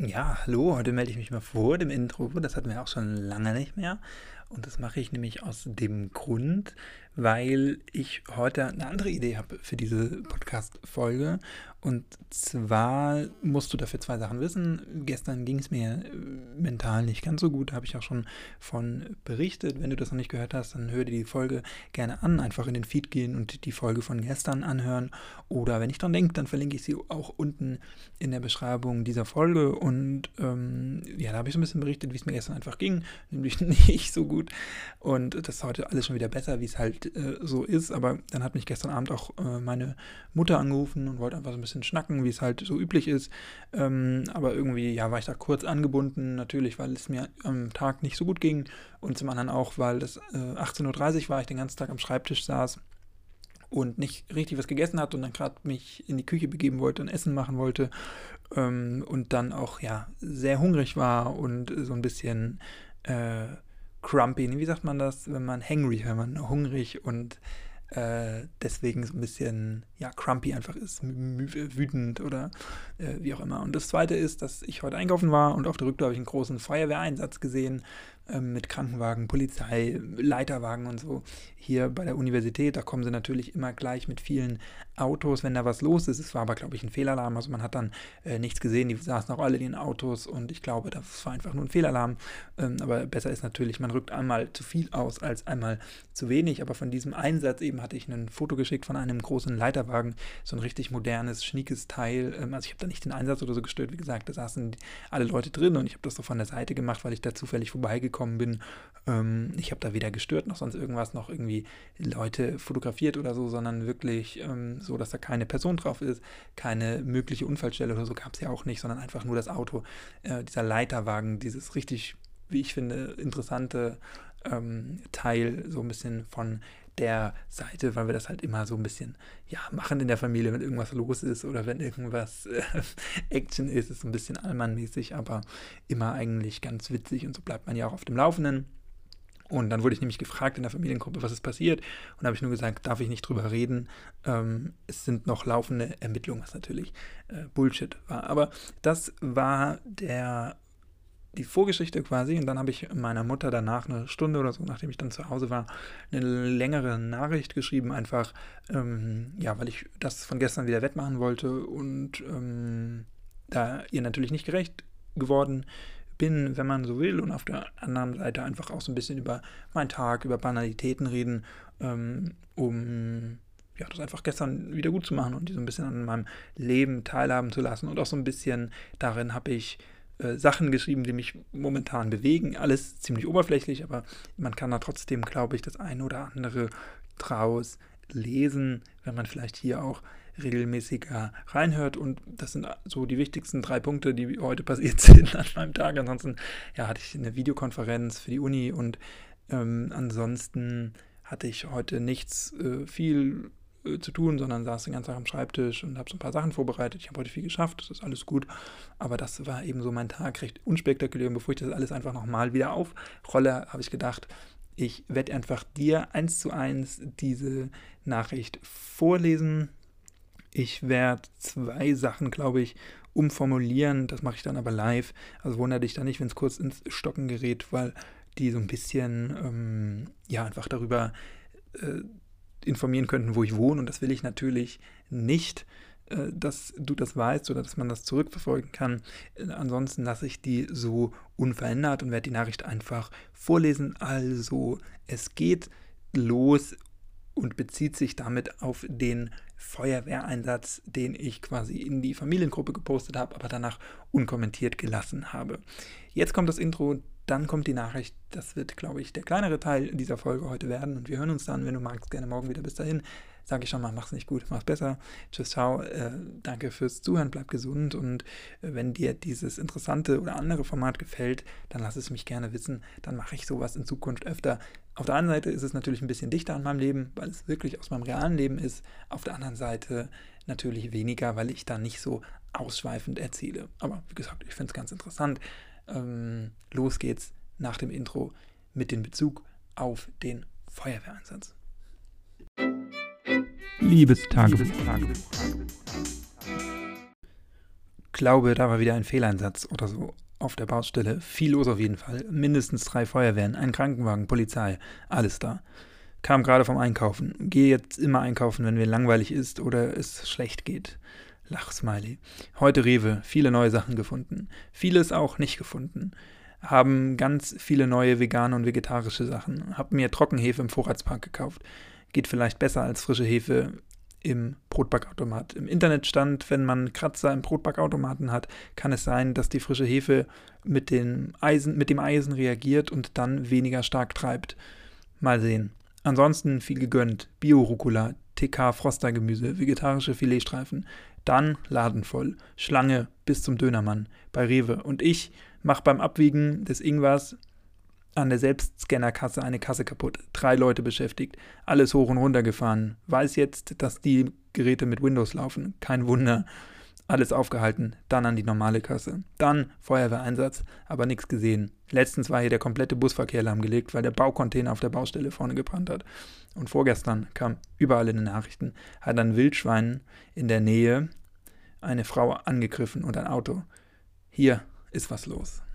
Ja, hallo, heute melde ich mich mal vor dem Intro. Das hatten wir auch schon lange nicht mehr. Und das mache ich nämlich aus dem Grund, weil ich heute eine andere Idee habe für diese Podcast-Folge. Und zwar musst du dafür zwei Sachen wissen. Gestern ging es mir mental nicht ganz so gut, da habe ich auch schon von berichtet. Wenn du das noch nicht gehört hast, dann hör dir die Folge gerne an. Einfach in den Feed gehen und die Folge von gestern anhören. Oder wenn ich dran denke, dann verlinke ich sie auch unten in der Beschreibung dieser Folge. Und ja, da habe ich so ein bisschen berichtet, wie es mir gestern einfach ging. Nämlich nicht so gut. Und das ist heute alles schon wieder besser, wie es halt so ist. Aber dann hat mich gestern Abend auch meine Mutter angerufen und wollte einfach so ein bisschen schnacken, wie es halt so üblich ist. Aber irgendwie, ja, war ich da kurz angebunden. Natürlich, weil es mir am Tag nicht so gut ging. Und zum anderen auch, weil es 18:30 Uhr war, ich den ganzen Tag am Schreibtisch saß und nicht richtig was gegessen hat und dann gerade mich in die Küche begeben wollte und Essen machen wollte und dann auch ja sehr hungrig war und so ein bisschen crumpy, wie sagt man das, wenn man wenn man hungrig und deswegen so ein bisschen, ja, crumpy einfach ist, wütend oder wie auch immer. Und das Zweite ist, dass ich heute einkaufen war und auf der Rücktour habe ich einen großen Feuerwehreinsatz gesehen mit Krankenwagen, Polizei, Leiterwagen und so. Hier bei der Universität, da kommen sie natürlich immer gleich mit vielen Autos, wenn da was los ist. Es war aber, glaube ich, ein Fehlalarm, also man hat dann nichts gesehen, die saßen auch alle in den Autos und ich glaube, das war einfach nur ein Fehlalarm. Aber besser ist natürlich, man rückt einmal zu viel aus als einmal zu wenig. Aber von diesem Einsatz eben hatte ich ein Foto geschickt von einem großen Leiterwagen, so ein richtig modernes, schniekes Teil. Also ich habe da nicht den Einsatz oder so gestört, wie gesagt, da saßen alle Leute drin und ich habe das so von der Seite gemacht, weil ich da zufällig vorbeigekommen bin. Ich habe da weder gestört noch sonst irgendwas, noch irgendwie Leute fotografiert oder so, sondern wirklich so, dass da keine Person drauf ist, keine mögliche Unfallstelle oder so gab es ja auch nicht, sondern einfach nur das Auto, dieser Leiterwagen, dieses richtig, wie ich finde, interessante Teil so ein bisschen von der Seite, weil wir das halt immer so ein bisschen, ja, machen in der Familie, wenn irgendwas los ist oder wenn irgendwas Action ist ein bisschen allmannmäßig, aber immer eigentlich ganz witzig und so bleibt man ja auch auf dem Laufenden. Und dann wurde ich nämlich gefragt in der Familiengruppe, was ist passiert. Und da habe ich nur gesagt, darf ich nicht drüber reden. Es sind noch laufende Ermittlungen, was natürlich Bullshit war. Aber das war die Vorgeschichte quasi. Und dann habe ich meiner Mutter danach eine Stunde oder so, nachdem ich dann zu Hause war, eine längere Nachricht geschrieben. Einfach, ja, weil ich das von gestern wieder wettmachen wollte. Und da ihr natürlich nicht gerecht geworden bin, wenn man so will, und auf der anderen Seite einfach auch so ein bisschen über meinen Tag, über Banalitäten reden, um ja, das einfach gestern wieder gut zu machen und die so ein bisschen an meinem Leben teilhaben zu lassen. Und auch so ein bisschen darin habe ich Sachen geschrieben, die mich momentan bewegen. Alles ziemlich oberflächlich, aber man kann da trotzdem, glaube ich, das eine oder andere draus lesen, wenn man vielleicht hier auch regelmäßiger reinhört. Und das sind so die wichtigsten 3 Punkte, die heute passiert sind an meinem Tag. Ansonsten ja, hatte ich eine Videokonferenz für die Uni und ansonsten hatte ich heute nichts viel zu tun, sondern saß den ganzen Tag am Schreibtisch und habe so ein paar Sachen vorbereitet. Ich habe heute viel geschafft, das ist alles gut. Aber das war eben so mein Tag, recht unspektakulär. Und bevor ich das alles einfach nochmal wieder aufrolle, habe ich gedacht, ich werde einfach dir 1:1 diese Nachricht vorlesen. Ich werde 2 Sachen, glaube ich, umformulieren. Das mache ich dann aber live. Also wundere dich da nicht, wenn es kurz ins Stocken gerät, weil die so ein bisschen, ja, einfach darüber informieren könnten, wo ich wohne. Und das will ich natürlich nicht, dass du das weißt oder dass man das zurückverfolgen kann. Ansonsten lasse ich die so unverändert und werde die Nachricht einfach vorlesen. Also, es geht los und bezieht sich damit auf den Feuerwehreinsatz, den ich quasi in die Familiengruppe gepostet habe, aber danach unkommentiert gelassen habe. Jetzt kommt das Intro, dann kommt die Nachricht. Das wird, glaube ich, der kleinere Teil dieser Folge heute werden und wir hören uns dann, wenn du magst, gerne morgen wieder. Bis dahin sage ich schon mal, mach's nicht gut, mach's besser. Tschüss, ciao. Danke fürs Zuhören, bleib gesund und wenn dir dieses interessante oder andere Format gefällt, dann lass es mich gerne wissen. Dann mache ich sowas in Zukunft öfter. Auf der einen Seite ist es natürlich ein bisschen dichter an meinem Leben, weil es wirklich aus meinem realen Leben ist. Auf der anderen Seite natürlich weniger, weil ich da nicht so ausschweifend erzähle. Aber wie gesagt, ich finde es ganz interessant. Los geht's nach dem Intro mit dem Bezug auf den Feuerwehreinsatz. Liebestagebuch. glaube, da war wieder ein Fehleinsatz oder so auf der Baustelle. Viel los auf jeden Fall. Mindestens 3 Feuerwehren, ein Krankenwagen, Polizei, alles da. Kam gerade vom Einkaufen. Gehe jetzt immer einkaufen, wenn mir langweilig ist oder es schlecht geht. Lachsmiley. Heute Rewe, viele neue Sachen gefunden. Vieles auch nicht gefunden. Haben ganz viele neue vegane und vegetarische Sachen. Hab mir Trockenhefe im Vorratspark gekauft. Geht vielleicht besser als frische Hefe im Brotbackautomat. Im Internet stand, wenn man Kratzer im Brotbackautomaten hat, kann es sein, dass die frische Hefe mit dem Eisen reagiert und dann weniger stark treibt. Mal sehen. Ansonsten viel gegönnt. Bio-Rucola, TK-Frostergemüse, vegetarische Filetstreifen. Dann Laden voll. Schlange bis zum Dönermann bei Rewe. Und ich mache beim Abwiegen des Ingwers an der Selbstscannerkasse eine Kasse kaputt. 3 Leute beschäftigt. Alles hoch und runter gefahren. Weiß jetzt, dass die Geräte mit Windows laufen. Kein Wunder. Alles aufgehalten. Dann an die normale Kasse. Dann Feuerwehreinsatz. Aber nichts gesehen. Letztens war hier der komplette Busverkehr lahmgelegt, weil der Baucontainer auf der Baustelle vorne gebrannt hat. Und vorgestern kam überall in den Nachrichten, hat ein Wildschwein in der Nähe eine Frau angegriffen und ein Auto. Hier ist was los.